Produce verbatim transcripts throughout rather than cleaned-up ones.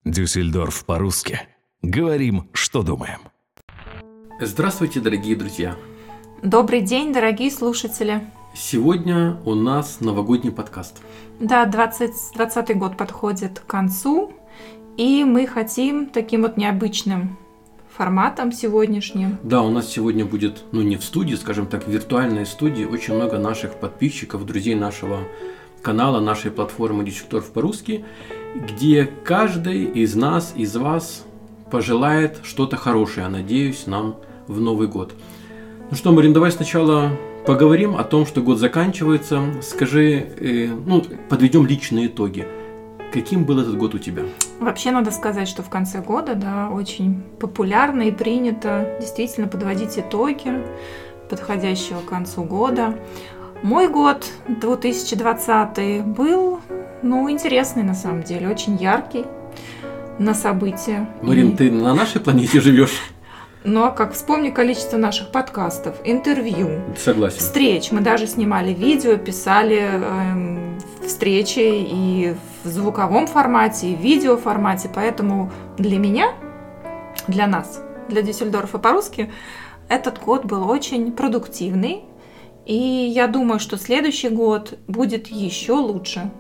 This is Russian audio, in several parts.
Дюссельдорф по-русски. Говорим, что думаем. Здравствуйте, дорогие друзья! Добрый день, дорогие слушатели! Сегодня у нас новогодний подкаст. Да, двадцать двадцатый год подходит к концу, и мы хотим таким вот необычным форматом сегодняшним. Да, у нас сегодня будет, ну не в студии, скажем так, в виртуальной студии очень много наших подписчиков, друзей нашего канала, нашей платформы Дюссельдорф по-русски, где каждый из нас, из вас пожелает что-то хорошее, надеюсь, нам в Новый год. Ну что, Марин, давай сначала поговорим о том, что год заканчивается. Скажи, э, ну, подведем личные итоги. Каким был этот год у тебя? Вообще надо сказать, что в конце года, да, очень популярно и принято действительно подводить итоги подходящего к концу года. Мой год, две тысячи двадцатый, был, ну, интересный на самом деле, очень яркий на события. Марин, и... ты на нашей планете живешь? Ну, а как, вспомни количество наших подкастов, интервью, Согласен. встреч. Мы даже снимали видео, писали эм, встречи и в звуковом формате, и в видео формате. Поэтому для меня, для нас, для Дюссельдорфа по-русски, этот год был очень продуктивный. И я думаю, что следующий год будет еще лучше.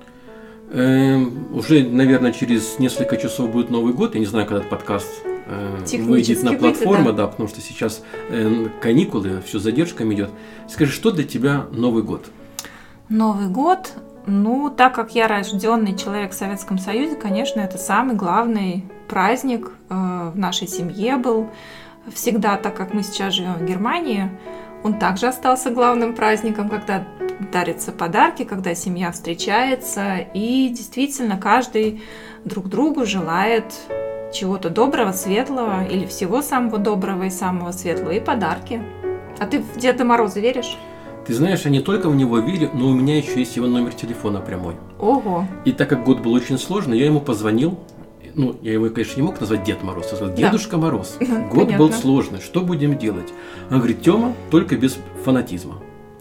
Эм, уже, наверное, через несколько часов будет Новый год. Я не знаю, когда этот подкаст э, выйдет на платформу, выйдет, да. да, потому что сейчас э, каникулы, все с задержками идет. Скажи, что для тебя Новый год? Новый год, ну, так как я рожденный человек в Советском Союзе, конечно, это самый главный праздник э, в нашей семье был. Всегда, так как мы сейчас живем в Германии, он также остался главным праздником, когда дарятся подарки, когда семья встречается, и действительно каждый друг другу желает чего-то доброго, светлого, или всего самого доброго и самого светлого, и подарки. А ты в Деда Мороза веришь? Ты знаешь, я не только в него верю, но у меня еще есть его номер телефона прямой. Ого! И так как год был очень сложный, я ему позвонил. Ну, я его, конечно, не мог назвать Дед Мороз, я сказал, Дедушка да. Мороз. Год Понятно. был сложный, что будем делать? Он говорит, Тёма, только без фанатизма.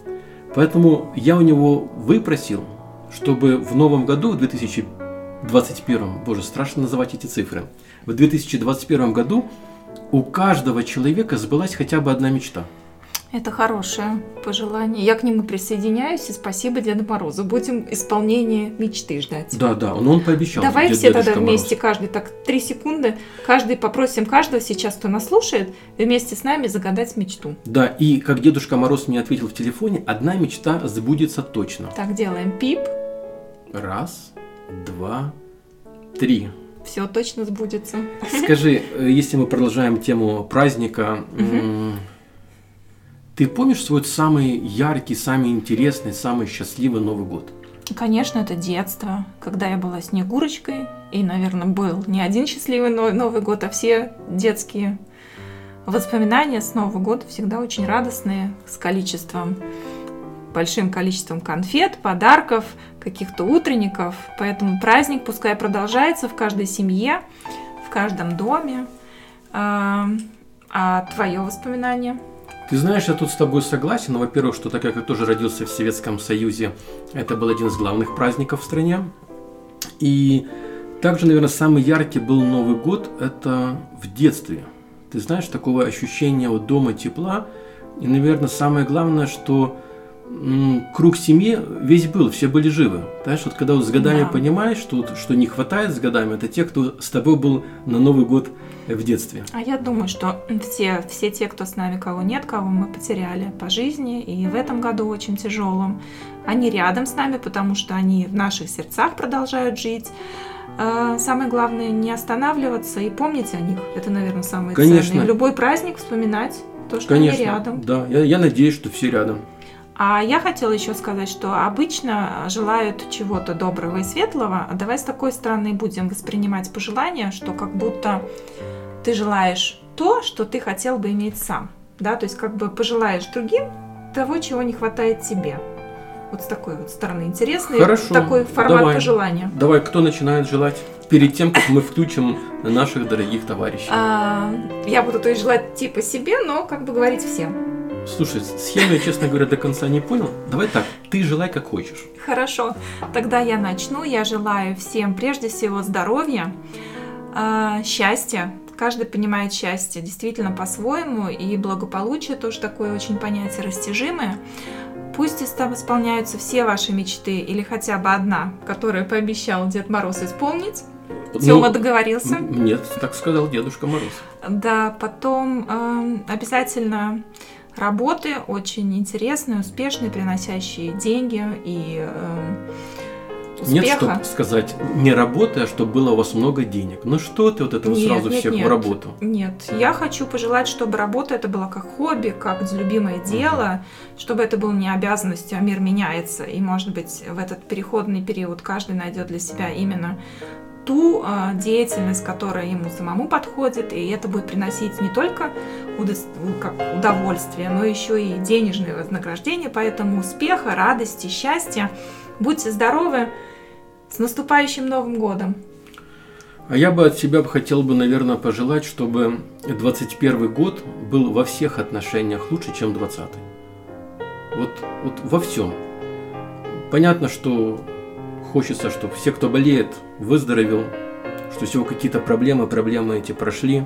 Поэтому я у него выпросил, чтобы в новом году, в две тысячи двадцать первом, боже, страшно называть эти цифры, в две тысячи двадцать первом году у каждого человека сбылась хотя бы одна мечта. Это хорошее пожелание. Я к нему присоединяюсь, и спасибо Деду Морозу. Будем исполнение мечты ждать. Да, да, но он пообещал. Давай все тогда Мороз. вместе, каждый так три секунды, каждый попросим каждого сейчас, кто нас слушает, вместе с нами загадать мечту. Да, и как Дедушка Мороз мне ответил в телефоне, одна мечта сбудется точно. Так, делаем пип. Раз, два, три. Все точно сбудется. Скажи, если мы продолжаем тему праздника, угу. Ты помнишь свой самый яркий, самый интересный, самый счастливый Новый год? Конечно, это детство, когда я была Снегурочкой, и, наверное, был не один счастливый Новый год, а все детские воспоминания с Нового года всегда очень радостные, с количеством, большим количеством конфет, подарков, каких-то утренников. Поэтому праздник пускай продолжается в каждой семье, в каждом доме. А, а твое воспоминание? Ты знаешь, я тут с тобой согласен. Ну, во-первых, что так как я тоже родился в Советском Союзе, это был один из главных праздников в стране. И также, наверное, самый яркий был Новый год, это в детстве. Ты знаешь, такого ощущения вот дома тепла. И, наверное, самое главное, что м, круг семьи весь был, все были живы. Знаешь, вот когда вот с годами да. понимаешь, что, что не хватает с годами, это те, кто с тобой был на Новый год в детстве. А я думаю, что все, все те, кто с нами, кого нет, кого мы потеряли по жизни, и в этом году очень тяжелым, они рядом с нами, потому что они в наших сердцах продолжают жить. Самое главное не останавливаться и помнить о них. Это, наверное, самое Конечно. ценное. Любой праздник вспоминать то, что Конечно. они рядом. Да, я, я надеюсь, что все рядом. А я хотела еще сказать, что обычно желают чего-то доброго и светлого, а давай с такой стороны будем воспринимать пожелания, что как будто ты желаешь то, что ты хотел бы иметь сам, да, то есть как бы пожелаешь другим того, чего не хватает тебе. Вот с такой вот стороны. Интересный Хорошо. Такой формат Давай. пожелания. Давай, кто начинает желать? Перед тем, как мы включим наших дорогих товарищей. А, я буду то есть желать типа себе, но как бы говорить всем. Слушай, схему я, честно говоря, до конца не понял. Давай так, ты желай как хочешь. Хорошо, тогда я начну. Я желаю всем прежде всего здоровья, А, счастье. Каждый понимает счастье действительно по-своему, и благополучие тоже такое очень понятие растяжимое. Пусть исполняются все ваши мечты, или хотя бы одна, которую пообещал Дед Мороз исполнить. Тёма ну, договорился. Нет, так сказал Дедушка Мороз. Да, потом э, обязательно работы очень интересные, успешные, приносящие деньги и э, успеха. Нет, чтобы сказать, не работай, а чтобы было у вас много денег. Ну что ты вот это вот сразу нет, всех нет, в работу? Нет, я хочу пожелать, чтобы работа это была как хобби, как любимое дело, угу. чтобы это было не обязанностью, а мир меняется. И, может быть, в этот переходный период каждый найдет для себя именно ту э, деятельность, которая ему самому подходит, и это будет приносить не только удо- как удовольствие, но еще и денежное вознаграждение. Поэтому успеха, радости, счастья. Будьте здоровы! С наступающим Новым годом! А я бы от себя хотел бы, наверное, пожелать, чтобы двадцать первый год был во всех отношениях лучше, чем двадцатый. Вот, вот во всем. Понятно, что хочется, чтобы все, кто болеет, выздоровел, что всего какие-то проблемы, проблемы эти прошли.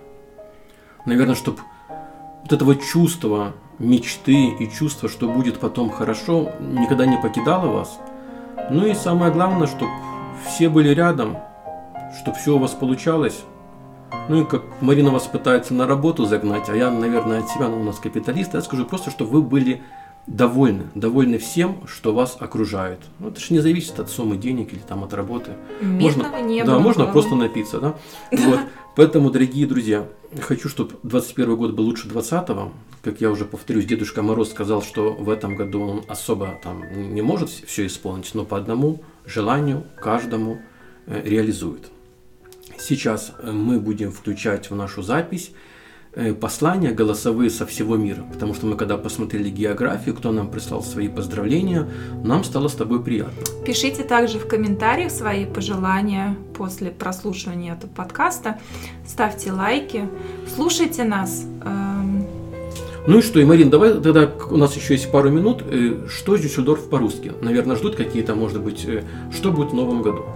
Наверное, чтобы вот этого чувства мечты и чувства, что будет потом хорошо, никогда не покидало вас. Ну и самое главное, чтобы все были рядом, чтобы все у вас получалось. Ну и как Марина вас пытается на работу загнать, а я, наверное, от себя, ну, у нас капиталист, я скажу просто, чтобы вы были довольны, довольны всем, что вас окружает. Ну, это же не зависит от суммы денег или там от работы. Медного можно, неба. Да, можно просто напиться, да. Вот. Поэтому, дорогие друзья, хочу, чтобы двадцать первый год был лучше двадцатого. Как я уже повторюсь, Дедушка Мороз сказал, что в этом году он особо там не может все исполнить, но по одному желанию каждому реализует. Сейчас мы будем включать в нашу запись послания голосовые со всего мира, потому что мы когда посмотрели географию, кто нам прислал свои поздравления, нам стало с тобой приятно. Пишите также в комментариях свои пожелания после прослушивания этого подкаста, ставьте лайки, слушайте нас. Ну и что, и Марин, давай тогда, у нас еще есть пару минут, что Дюссельдорф по-русски? Наверное, ждут какие-то, может быть, что будет в новом году?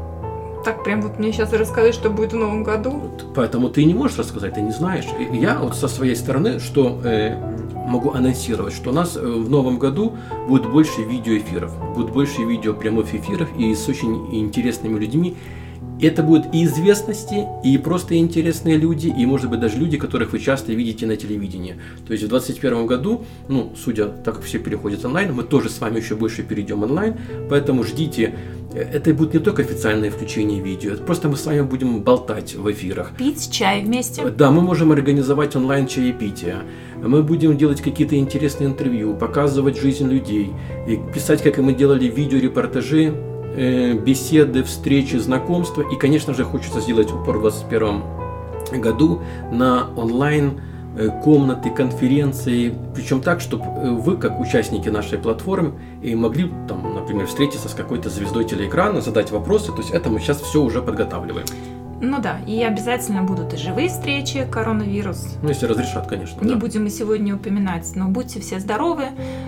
Так прям вот мне сейчас рассказать, что будет в новом году. Поэтому ты не можешь рассказать, ты не знаешь. Я вот со своей стороны, что э, могу анонсировать, что у нас в новом году будет больше видеоэфиров, будет больше видео прямых эфиров и с очень интересными людьми. Это будут и известности, и просто интересные люди, и, может быть, даже люди, которых вы часто видите на телевидении. То есть в двадцать первом году, ну, судя так как все переходят онлайн, мы тоже с вами еще больше перейдем онлайн, поэтому ждите. Это будет не только официальное включение видео, это просто мы с вами будем болтать в эфирах. Пить чай вместе. Да, мы можем организовать онлайн чаепитие. Мы будем делать какие-то интересные интервью, показывать жизнь людей, и писать, как мы делали видеорепортажи, беседы, встречи, знакомства. И, конечно же, хочется сделать упор в двадцать первом году на онлайн комнаты, конференции, причем так, чтобы вы, как участники нашей платформы, и могли, там, например, встретиться с какой-то звездой телеэкрана, задать вопросы. То есть это мы сейчас все уже подготавливаем. Ну да, и обязательно будут и живые встречи, коронавирус. Ну, если разрешат, конечно. Не да. будем мы сегодня упоминать, но будьте все здоровы.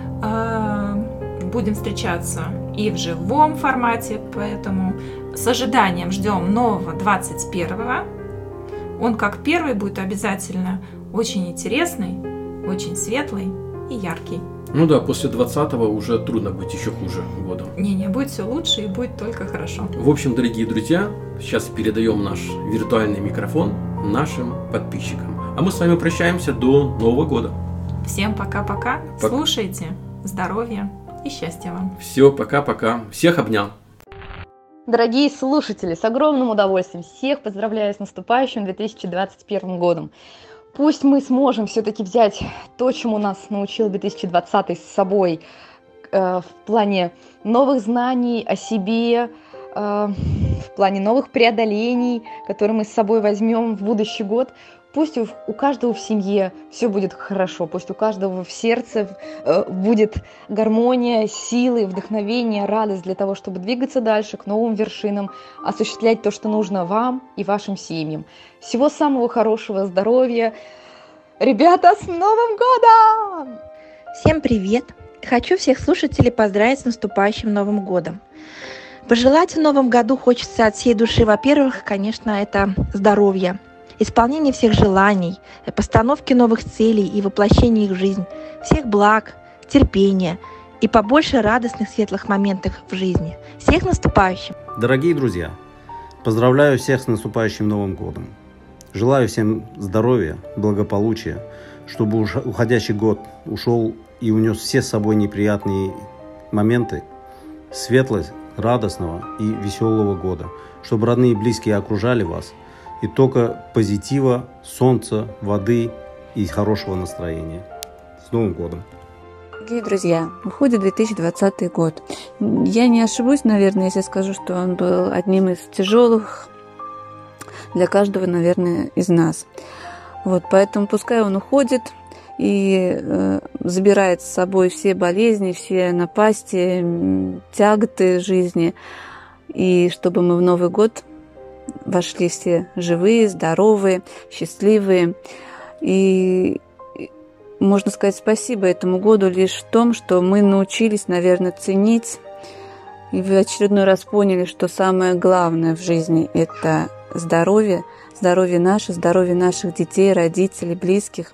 Будем встречаться и в живом формате, поэтому с ожиданием ждем нового двадцать первого. Он как первый будет обязательно очень интересный, очень светлый и яркий. Ну да, после двадцатого уже трудно быть еще хуже годом. Не-не, будет все лучше и будет только хорошо. В общем, дорогие друзья, сейчас передаем наш виртуальный микрофон нашим подписчикам. А мы с вами прощаемся до Нового года. Всем пока-пока. Пока. Слушайте. Здоровья и счастья вам. Все, пока-пока. Всех обнял. Дорогие слушатели, с огромным удовольствием всех поздравляю с наступающим две тысячи двадцать первым годом. Пусть мы сможем все-таки взять то, чему нас научил две тысячи двадцатый, с собой э, в плане новых знаний о себе, э, в плане новых преодолений, которые мы с собой возьмем в будущий год. Пусть у, у каждого в семье все будет хорошо, пусть у каждого в сердце э, будет гармония, силы, вдохновение, радость для того, чтобы двигаться дальше к новым вершинам, осуществлять то, что нужно вам и вашим семьям. Всего самого хорошего, здоровья. Ребята, с Новым годом! Всем привет! Хочу всех слушателей поздравить с наступающим Новым годом. Пожелать в новом году хочется от всей души, во-первых, конечно, это здоровье, исполнение всех желаний, постановки новых целей и воплощение их в жизнь, всех благ, терпения и побольше радостных светлых моментов в жизни. Всех наступающим! Дорогие друзья, поздравляю всех с наступающим Новым годом. Желаю всем здоровья, благополучия, чтобы уходящий год ушел и унес все с собой неприятные моменты, светлость, радостного и веселого года, чтобы родные и близкие окружали вас, и только позитива, солнца, воды и хорошего настроения. С Новым годом! Дорогие друзья, уходит две тысячи двадцатый год. Я не ошибусь, наверное, если скажу, что он был одним из тяжелых для каждого, наверное, из нас. Вот, поэтому пускай он уходит и э, забирает с собой все болезни, все напасти, тяготы жизни, и чтобы мы в Новый год вошли все живые, здоровые, счастливые. И можно сказать спасибо этому году лишь в том, что мы научились, наверное, ценить и в очередной раз поняли, что самое главное в жизни – это здоровье, здоровье наше, здоровье наших детей, родителей, близких,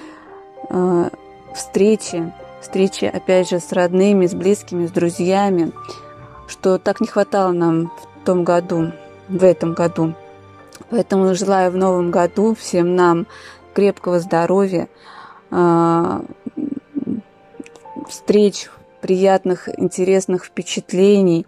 встречи, встречи, опять же, с родными, с близкими, с друзьями, что так не хватало нам в том году, в этом году. Поэтому желаю в новом году всем нам крепкого здоровья, встреч, приятных, интересных впечатлений.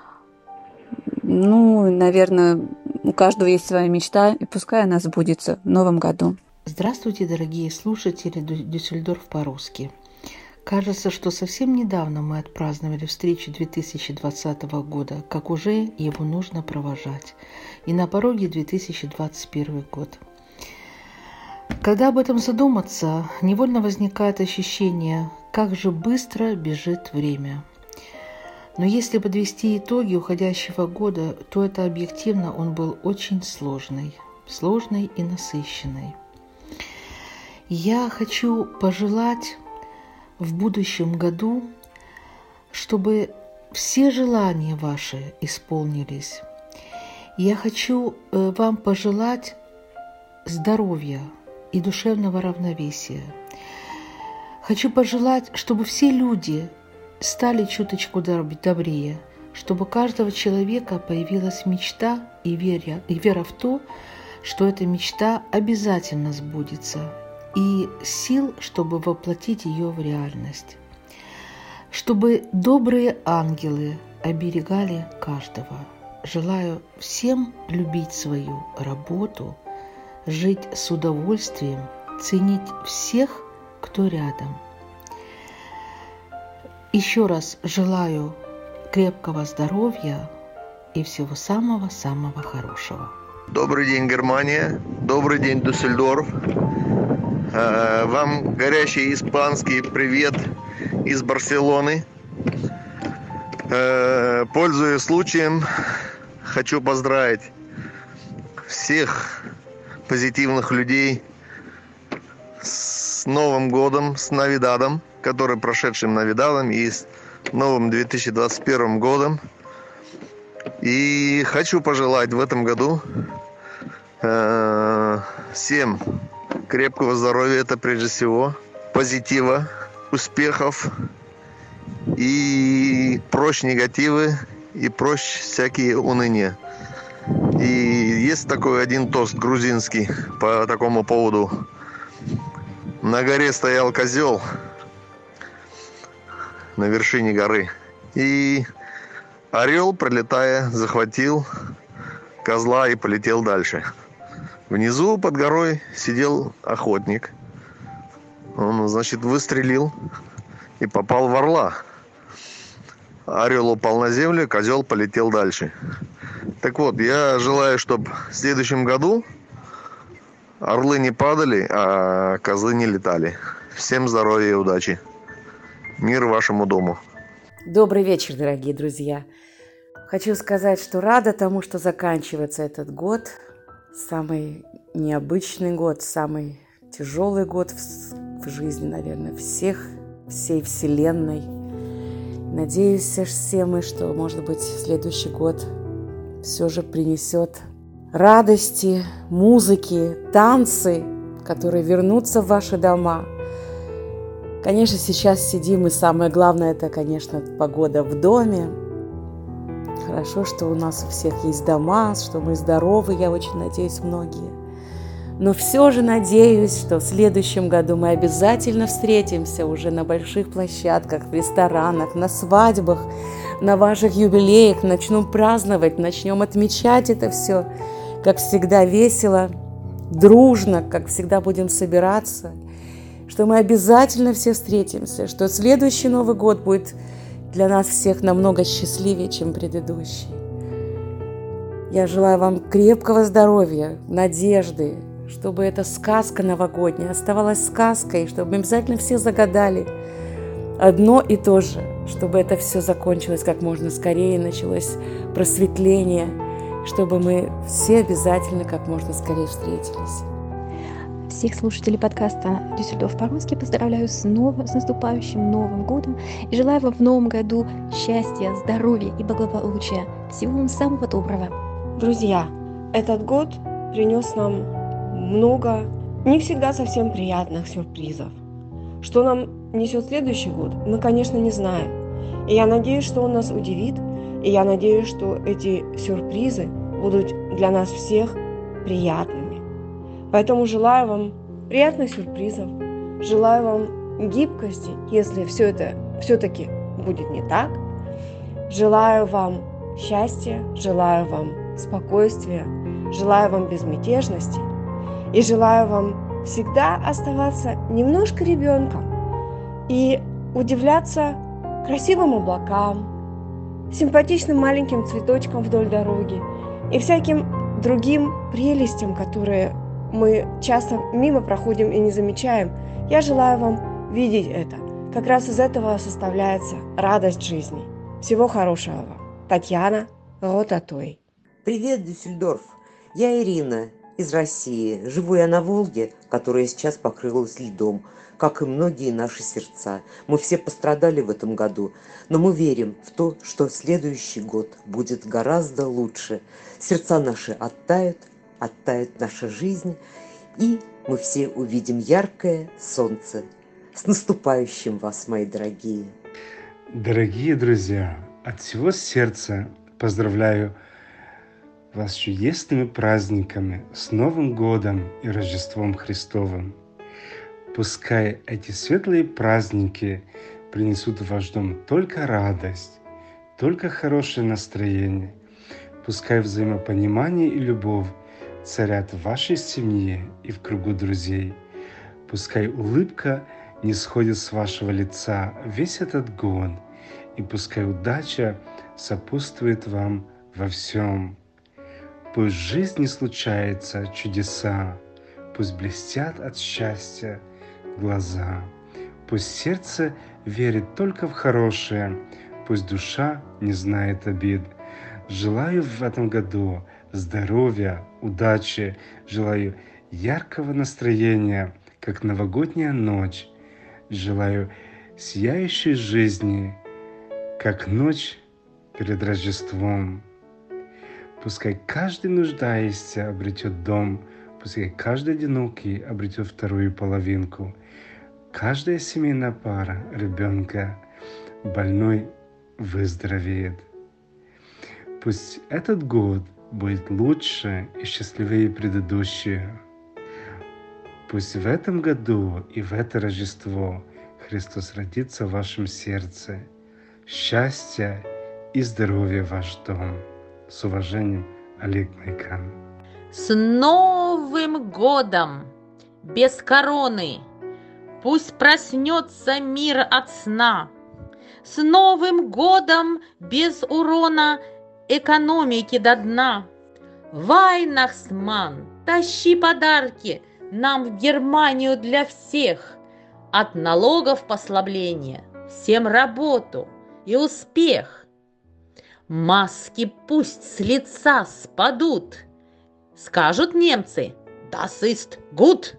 Ну, наверное, у каждого есть своя мечта, и пускай она сбудется в новом году. Здравствуйте, дорогие слушатели Дюссельдорф по-русски. Кажется, что совсем недавно мы отпраздновали встречу две тысячи двадцатого года, как уже его нужно провожать. И на пороге две тысячи двадцать первый год. Когда об этом задуматься, невольно возникает ощущение, как же быстро бежит время. Но если подвести итоги уходящего года, то это объективно он был очень сложный, сложный и насыщенный. Я хочу пожелать в будущем году, чтобы все желания ваши исполнились. Я хочу вам пожелать здоровья и душевного равновесия. Хочу пожелать, чтобы все люди стали чуточку добрее, чтобы у каждого человека появилась мечта и вера, и вера в то, что эта мечта обязательно сбудется, и сил, чтобы воплотить ее в реальность. Чтобы добрые ангелы оберегали каждого. Желаю всем любить свою работу, жить с удовольствием, ценить всех, кто рядом. Еще раз желаю крепкого здоровья и всего самого-самого хорошего. Добрый день, Германия. Добрый день, Дюссельдорф. Вам горячий испанский привет из Барселоны. Пользуясь случаем, хочу поздравить всех позитивных людей с Новым годом, с Навидадом, который прошедшим Навидадом, и с новым две тысячи двадцать первым годом. И хочу пожелать в этом году э, всем крепкого здоровья, это прежде всего, позитива, успехов и прочь негативы, и прочь всякие уныния. И есть такой один тост грузинский по такому поводу. На горе стоял козел, на вершине горы. И орел, пролетая, захватил козла и полетел дальше. Внизу под горой сидел охотник. Он, значит, выстрелил и попал в орла. Орел упал на землю, козел полетел дальше. Так вот, я желаю, чтобы в следующем году орлы не падали, а козлы не летали. Всем здоровья и удачи. Мир вашему дому. Добрый вечер, дорогие друзья. Хочу сказать, что рада тому, что заканчивается этот год. Самый необычный год, самый тяжелый год в, в жизни, наверное, всех, всей Вселенной. Надеюсь, все мы, что, может быть, следующий год все же принесет радости, музыки, танцы, которые вернутся в ваши дома. Конечно, сейчас сидим, и самое главное, это, конечно, погода в доме. Хорошо, что у нас у всех есть дома, что мы здоровы, я очень надеюсь, многие. Но все же надеюсь, что в следующем году мы обязательно встретимся уже на больших площадках, в ресторанах, на свадьбах, на ваших юбилеях, начнем праздновать, начнем отмечать это все, как всегда, весело, дружно, как всегда будем собираться, что мы обязательно все встретимся, что следующий Новый год будет для нас всех намного счастливее, чем предыдущий. Я желаю вам крепкого здоровья, надежды, чтобы эта сказка новогодняя оставалась сказкой, чтобы мы обязательно все загадали одно и то же, чтобы это все закончилось как можно скорее, началось просветление, чтобы мы все обязательно как можно скорее встретились. Всех слушателей подкаста «Дюссельдорф по-русски» поздравляю с, нов... с наступающим Новым годом и желаю вам в новом году счастья, здоровья и благополучия. Всего вам самого доброго. Друзья, этот год принес нам много, не всегда совсем приятных сюрпризов. Что нам несет следующий год, мы, конечно, не знаем. И я надеюсь, что он нас удивит, и я надеюсь, что эти сюрпризы будут для нас всех приятными. Поэтому желаю вам приятных сюрпризов, желаю вам гибкости, если все это все-таки будет не так. Желаю вам счастья, желаю вам спокойствия, желаю вам безмятежности и желаю вам всегда оставаться немножко ребенком и удивляться красивым облакам, симпатичным маленьким цветочкам вдоль дороги и всяким другим прелестям, которые мы часто мимо проходим и не замечаем. Я желаю вам видеть это. Как раз из этого составляется радость жизни. Всего хорошего вам. Татьяна Ротатой. Привет, Дюссельдорф. Я Ирина из России. Живу я на Волге, которая сейчас покрылась льдом, как и многие наши сердца. Мы все пострадали в этом году, но мы верим в то, что следующий год будет гораздо лучше. Сердца наши оттают, оттает наша жизнь, и мы все увидим яркое солнце. С наступающим вас, мои дорогие! Дорогие друзья, от всего сердца поздравляю вас с чудесными праздниками, с Новым годом и Рождеством Христовым. Пускай эти светлые праздники принесут в ваш дом только радость, только хорошее настроение. Пускай взаимопонимание и любовь царят в вашей семье и в кругу друзей. Пускай улыбка не сходит с вашего лица весь этот год, и пускай удача сопутствует вам во всем. Пусть в жизни случаются чудеса, пусть блестят от счастья глаза, пусть сердце верит только в хорошее, пусть душа не знает обид. Желаю в этом году здоровья, удачи, желаю яркого настроения, как новогодняя ночь. Желаю сияющей жизни, как ночь перед Рождеством. Пускай каждый нуждающийся обретет дом, пускай каждый одинокий обретет вторую половинку, каждая семейная пара ребенка больной выздоровеет. Пусть этот год будет лучше и счастливее предыдущие. Пусть в этом году и в это Рождество Христос родится в вашем сердце. Счастья и здоровья в ваш дом. С уважением, Олег Майкан. С Новым годом! Без короны! Пусть проснется мир от сна! С Новым годом! Без урона экономики до дна! Вайнахсман, тащи подарки нам в Германию для всех! От налогов послабление, всем работу и успех! Маски пусть с лица спадут. Скажут немцы: «Das ist gut».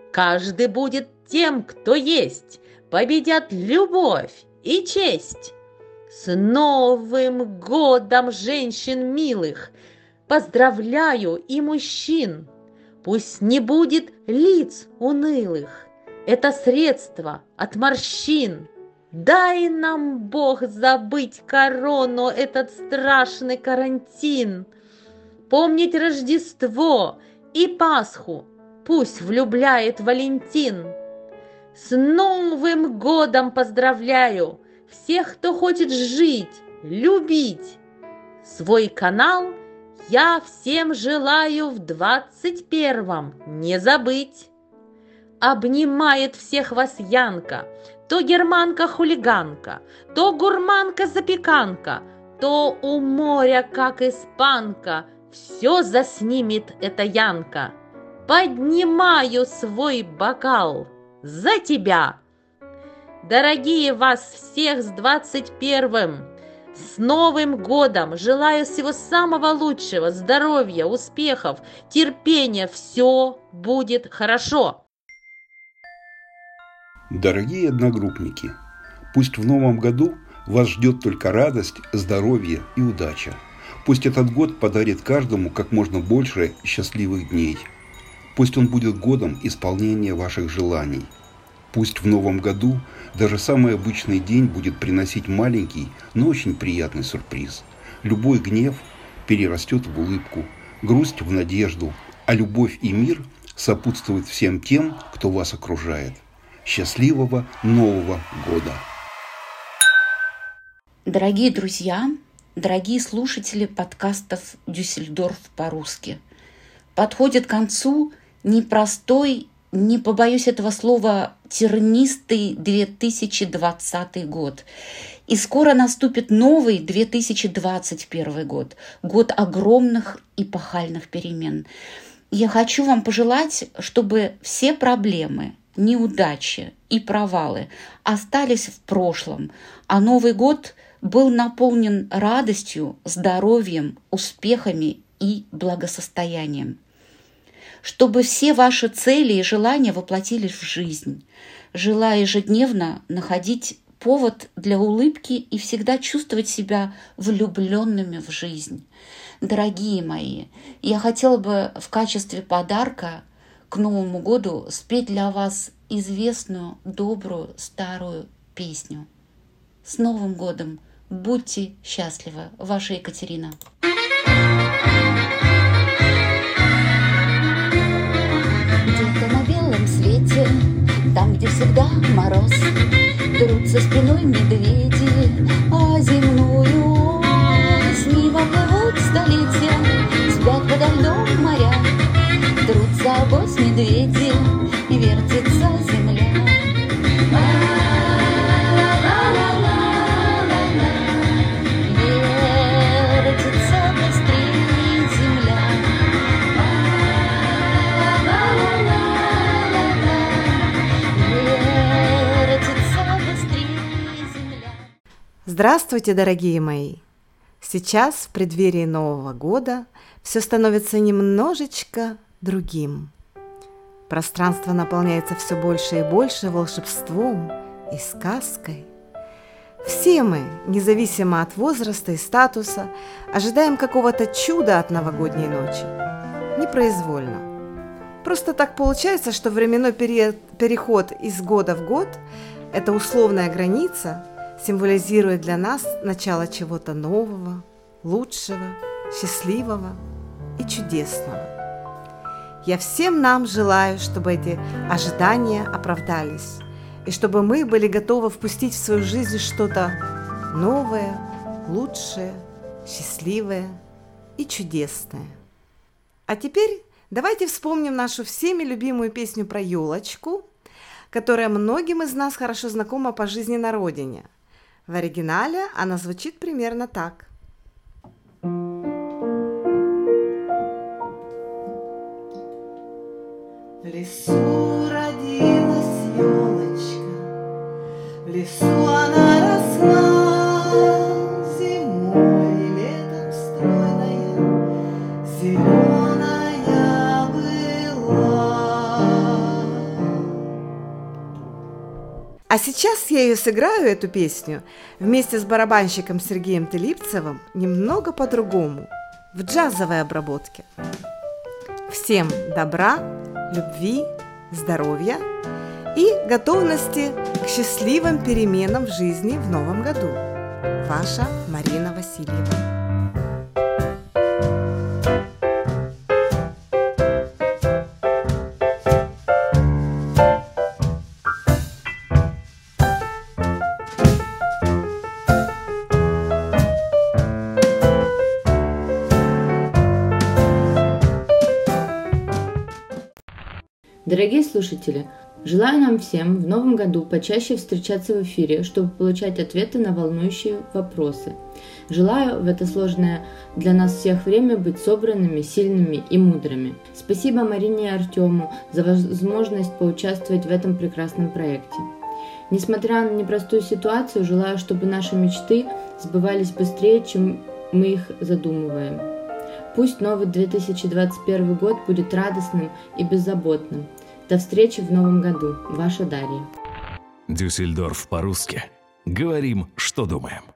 Каждый будет тем, кто есть. Победят любовь и честь. С Новым годом, женщин милых! Поздравляю и мужчин! Пусть не будет лиц унылых, это средство от морщин. Дай нам, Бог, забыть корону, этот страшный карантин. Помнить Рождество и Пасху пусть влюбляет Валентин. С Новым годом поздравляю всех, кто хочет жить, любить. Свой канал я всем желаю в двадцать первом не забыть. Обнимает всех вас Янка, то германка-хулиганка, то гурманка-запеканка, то у моря, как испанка, все заснимет эта Янка. Поднимаю свой бокал за тебя. Дорогие вас всех с двадцать первым! С Новым годом! Желаю всего самого лучшего, здоровья, успехов, терпения. Все будет хорошо. Дорогие одногруппники, пусть в новом году вас ждет только радость, здоровье и удача. Пусть этот год подарит каждому как можно больше счастливых дней. Пусть он будет годом исполнения ваших желаний. Пусть в новом году даже самый обычный день будет приносить маленький, но очень приятный сюрприз. Любой гнев перерастет в улыбку, грусть в надежду, а любовь и мир сопутствуют всем тем, кто вас окружает. Счастливого Нового года! Дорогие друзья, дорогие слушатели подкастов «Дюссельдорф по-русски», подходит к концу непростой, не побоюсь этого слова, тернистый две тысячи двадцатый год. И скоро наступит новый две тысячи двадцать первый год, год огромных эпохальных перемен. Я хочу вам пожелать, чтобы все проблемы, неудачи и провалы остались в прошлом, а Новый год был наполнен радостью, здоровьем, успехами и благосостоянием. Чтобы все ваши цели и желания воплотились в жизнь, желая ежедневно находить повод для улыбки и всегда чувствовать себя влюбленными в жизнь. Дорогие мои, я хотела бы в качестве подарка к Новому году спеть для вас известную, добрую, старую песню. С Новым годом! Будьте счастливы! Ваша Екатерина. Где-то на белом свете, там, где всегда мороз, трутся спиной медведи, а земную ось мимо плывут столетия, спят подо льдом моря, трутся обось медведи, и вертится земля. Вертится быстрее земля. Вертится быстрее земля. Здравствуйте, дорогие мои! Сейчас, в преддверии Нового года, все становится немножечко другим. Пространство наполняется все больше и больше волшебством и сказкой. Все мы, независимо от возраста и статуса, ожидаем какого-то чуда от новогодней ночи. Непроизвольно. Просто так получается, что временной период, переход из года в год, эта условная граница, символизирует для нас начало чего-то нового, лучшего, счастливого и чудесного. Я всем нам желаю, чтобы эти ожидания оправдались, и чтобы мы были готовы впустить в свою жизнь что-то новое, лучшее, счастливое и чудесное. А теперь давайте вспомним нашу всеми любимую песню про елочку, которая многим из нас хорошо знакома по жизни на родине. В оригинале она звучит примерно так. В лесу родилась елочка, в лесу она росла, зимой и летом стройная, зеленая была. А сейчас я ее сыграю, эту песню, вместе с барабанщиком Сергеем Тылипцевым немного по-другому, в джазовой обработке. Всем добра, любви, здоровья и готовности к счастливым переменам в жизни в новом году. Ваша Марина Васильева. Дорогие слушатели, желаю нам всем в новом году почаще встречаться в эфире, чтобы получать ответы на волнующие вопросы. Желаю в это сложное для нас всех время быть собранными, сильными и мудрыми. Спасибо Марине и Артему за возможность поучаствовать в этом прекрасном проекте. Несмотря на непростую ситуацию, желаю, чтобы наши мечты сбывались быстрее, чем мы их задумываем. Пусть новый две тысячи двадцать первый год будет радостным и беззаботным. До встречи в новом году. Ваша Дарья. Дюссельдорф по-русски. Говорим, что думаем.